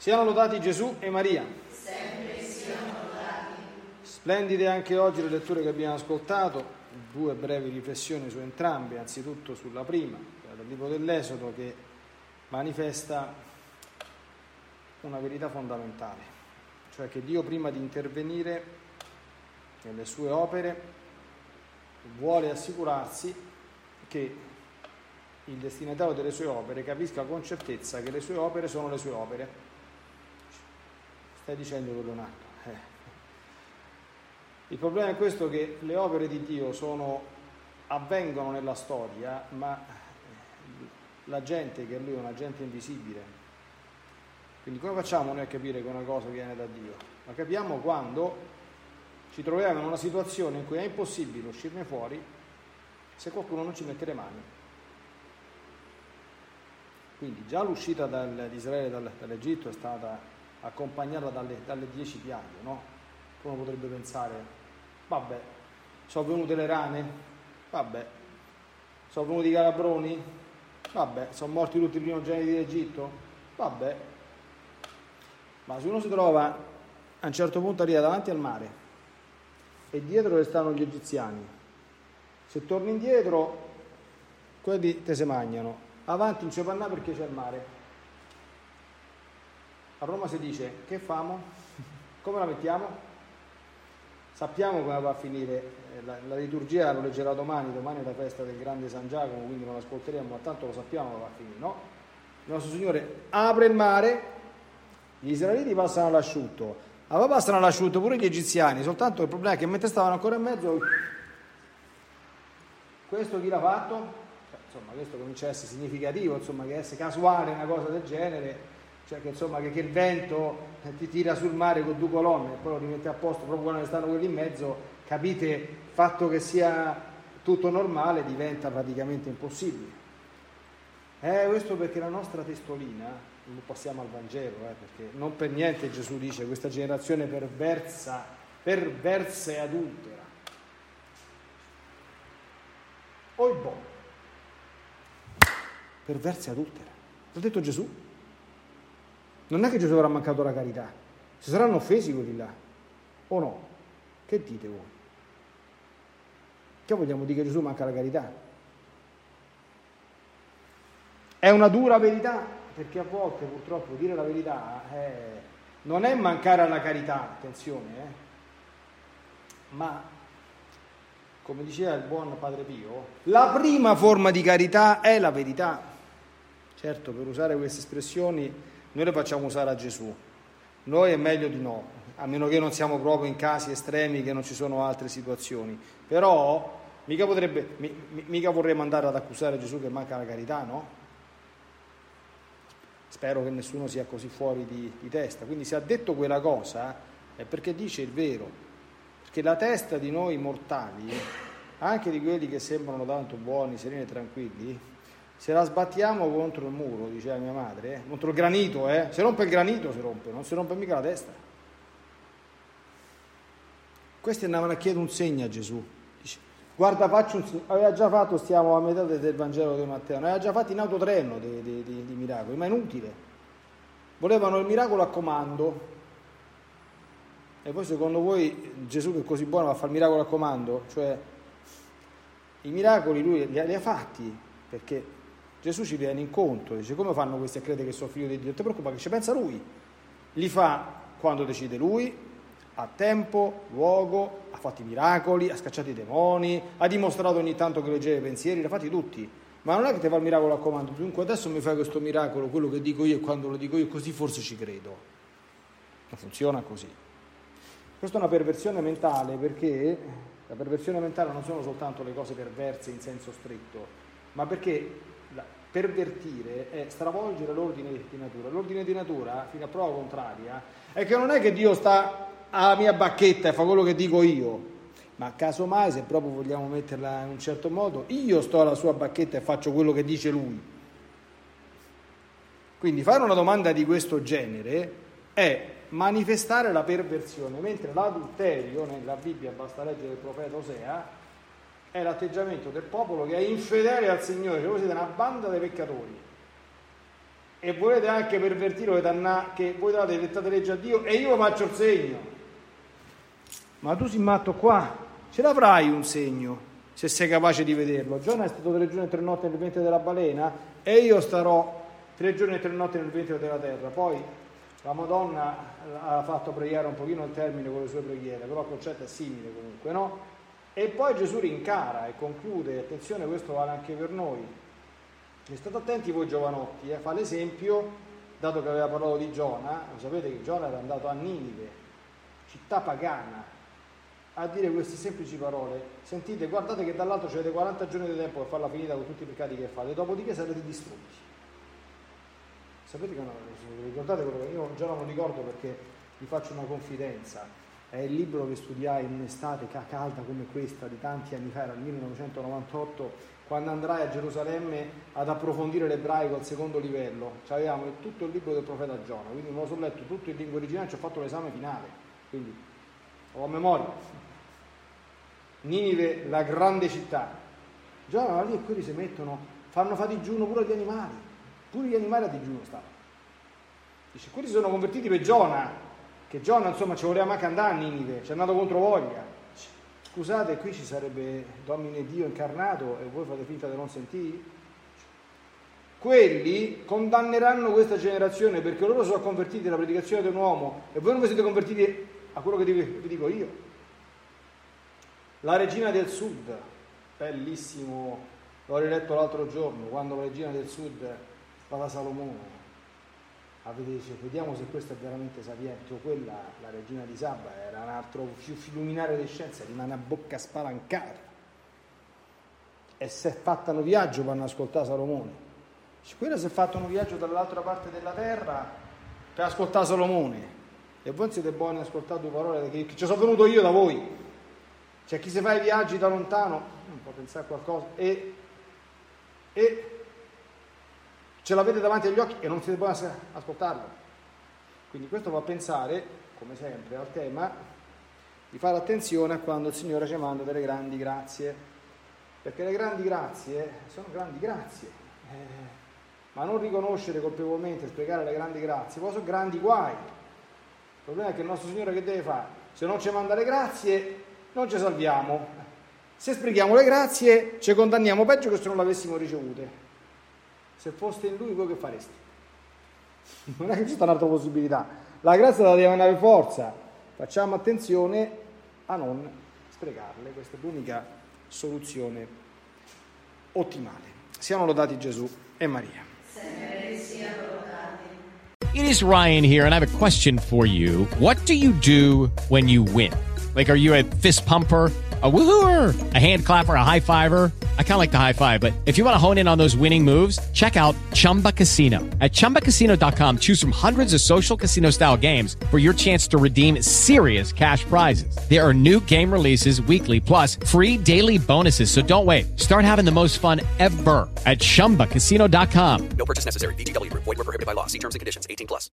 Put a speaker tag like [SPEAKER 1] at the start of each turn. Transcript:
[SPEAKER 1] Siano lodati Gesù e Maria.
[SPEAKER 2] Sempre siano lodati.
[SPEAKER 1] Splendide anche oggi le letture che abbiamo ascoltato, due brevi riflessioni su entrambe, anzitutto sulla prima, dal libro dell'Esodo, che manifesta una verità fondamentale, cioè che Dio prima di intervenire nelle sue opere vuole assicurarsi che il destinatario delle sue opere capisca con certezza che le sue opere sono le sue opere. Stai dicendo che Leonardo? Il problema è questo, che le opere di Dio avvengono nella storia, ma la gente che è Lui è una gente invisibile. Quindi come facciamo noi a capire che una cosa viene da Dio? La capiamo quando ci troviamo in una situazione in cui è impossibile uscirne fuori se qualcuno non ci mette le mani. Quindi già l'uscita di Israele dall'Egitto è stata accompagnata dalle 10 piaghe, no? Uno potrebbe pensare, vabbè, sono venute le rane, vabbè, sono venuti i calabroni, vabbè, sono morti tutti i primogeniti d'Egitto, vabbè. Ma se uno si trova a un certo punto arriva davanti al mare e dietro le stanno gli egiziani, se torni indietro quelli te se mangiano, avanti non ci può andare perché c'è il mare. A Roma si dice, che famo? Come la mettiamo? Sappiamo come va a finire, la liturgia lo leggerà domani è la festa del grande San Giacomo, quindi non ascolteremo, ma tanto lo sappiamo come va a finire, no? Il nostro Signore apre il mare, gli israeliti passano all'asciutto, ma passano all'asciutto pure gli egiziani, soltanto il problema è che mentre stavano ancora in mezzo, questo chi l'ha fatto? Insomma, questo comincia a essere significativo, insomma, che essere casuale una cosa del genere, cioè che insomma che il vento ti tira sul mare con due colonne e poi lo rimette a posto proprio quando stanno quelli in mezzo, capite, il fatto che sia tutto normale diventa praticamente impossibile. Questo perché la nostra testolina, non passiamo al Vangelo, perché non per niente Gesù dice questa generazione perversa e adultera. Oibò, perversa e adultera, l'ha detto Gesù. Non è che Gesù avrà mancato la carità, si saranno offesi quelli là, o no? Che dite voi? Che vogliamo dire che Gesù manca la carità? È una dura verità, perché a volte purtroppo dire la verità non è mancare alla carità, attenzione, ma come diceva il buon Padre Pio, la prima forma di carità è la verità. Certo, per usare queste espressioni noi le facciamo usare a Gesù, noi è meglio di no, a meno che non siamo proprio in casi estremi, che non ci sono altre situazioni, però mica vorremmo andare ad accusare Gesù che manca la carità, no? Spero che nessuno sia così fuori di testa. Quindi se ha detto quella cosa è perché dice il vero, perché la testa di noi mortali, anche di quelli che sembrano tanto buoni, sereni e tranquilli, se la sbattiamo contro il muro, diceva mia madre, contro il granito, se rompe il granito si rompe, non si rompe mica la testa. Questi andavano a chiedere un segno a Gesù. Dice, guarda, faccio un segno. Aveva già fatto, stiamo a metà del Vangelo di Matteo, ne aveva già fatti in autotreno di miracoli, ma è inutile. Volevano il miracolo a comando. E poi secondo voi Gesù, che è così buono, va a fare il miracolo a comando? Cioè, i miracoli lui li ha fatti, perché Gesù ci viene incontro, dice, come fanno questi a credere che sono figlio di Dio? Non ti preoccupare, che ci pensa lui. Li fa quando decide lui, a tempo, luogo, ha fatto i miracoli, ha scacciato i demoni, ha dimostrato ogni tanto che leggeva i pensieri, li ha fatti tutti. Ma non è che ti fa il miracolo a comando, dunque adesso mi fai questo miracolo, quello che dico io, e quando lo dico io così forse ci credo. Non funziona così. Questa è una perversione mentale, perché la perversione mentale non sono soltanto le cose perverse in senso stretto, ma perché pervertire è stravolgere l'ordine di natura. L'ordine di natura, fino a prova contraria, è che non è che Dio sta alla mia bacchetta e fa quello che dico io, ma casomai, se proprio vogliamo metterla in un certo modo, io sto alla sua bacchetta e faccio quello che dice lui. Quindi fare una domanda di questo genere è manifestare la perversione, mentre l'adulterio, nella Bibbia basta leggere il profeta Osea, è l'atteggiamento del popolo che è infedele al Signore, cioè voi siete una banda di peccatori. e volete anche pervertirlo che voi date dettate legge a Dio e io faccio il segno. Ma tu sei matto qua, ce l'avrai un segno se sei capace di vederlo. Giona è stato 3 giorni e 3 notti nel ventre della balena e io starò 3 giorni e 3 notti nel ventre della terra. Poi la Madonna ha fatto pregare un pochino il termine con le sue preghiere, però il concetto è simile comunque, no? E poi Gesù rincara e conclude, attenzione, questo vale anche per noi. E state attenti voi giovanotti, fa l'esempio, dato che aveva parlato di Giona, lo sapete che Giona era andato a Ninive, città pagana, a dire queste semplici parole. Sentite, guardate che dall'altro avete 40 giorni di tempo per farla finita con tutti i peccati che fate, dopodiché sarete distrutti. Sapete che ricordate quello che io già non lo ricordo perché vi faccio una confidenza, è il libro che studiai in un'estate calda come questa di tanti anni fa, era il 1998, quando andrai a Gerusalemme ad approfondire l'ebraico al secondo livello. Avevamo tutto il libro del profeta Giona, quindi me lo sono letto tutto in lingua originale, ci ho fatto l'esame finale, quindi ho a memoria. Ninive, la grande città. Giona va lì e quelli si mettono, fanno fa digiuno pure gli animali a digiuno stavano. Dice, quelli si sono convertiti per Giona, che Giona insomma ci voleva manco andare a Ninive, ci è andato contro voglia. Scusate, qui ci sarebbe Domine Dio incarnato e voi fate finta di non sentire? Quelli condanneranno questa generazione perché loro sono convertiti alla predicazione di un uomo e voi non vi siete convertiti a quello che vi dico io. La regina del sud, bellissimo, l'ho riletto l'altro giorno, quando la regina del sud va da Salomone. Vediamo se questo è veramente sapiente o quella, la regina di Saba, era un altro luminario di scienza, rimane a bocca spalancata e si è fatta un viaggio per ascoltare Salomone. Quella si è fatto un viaggio dall'altra parte della terra per ascoltare Salomone e voi siete buoni a ascoltare due parole che ci sono venuto io da voi. C'è chi si fa i viaggi da lontano, può pensare a qualcosa e ce l'avete davanti agli occhi e non siete buoni a ascoltarlo. Quindi questo fa pensare, come sempre, al tema di fare attenzione a quando il Signore ci manda delle grandi grazie, perché le grandi grazie sono grandi grazie, ma non riconoscere colpevolmente, spiegare le grandi grazie, poi sono grandi guai. Il problema è che il nostro Signore che deve fare? Se non ci manda le grazie non ci salviamo, se sprechiamo le grazie ci condanniamo peggio che se non le avessimo ricevute. Se foste in Lui, voi che fareste? Non è che c'è un'altra possibilità. La grazia la deve andare per forza. Facciamo attenzione a non sprecarle. Questa è l'unica soluzione ottimale. Siano lodati Gesù e Maria.
[SPEAKER 3] It is Ryan here, and I have a question for you. What do you do when you win? Like, are you a fist pumper, a woohooer, a hand clapper, a high fiver? I kind of like the high five, but if you want to hone in on those winning moves, check out Chumba Casino. At ChumbaCasino.com, choose from hundreds of social casino-style games for your chance to redeem serious cash prizes. There are new game releases weekly, plus free daily bonuses, so don't wait. Start having the most fun ever at ChumbaCasino.com.
[SPEAKER 4] No purchase necessary. VGW Group. Void where prohibited by law. See terms and conditions. 18+.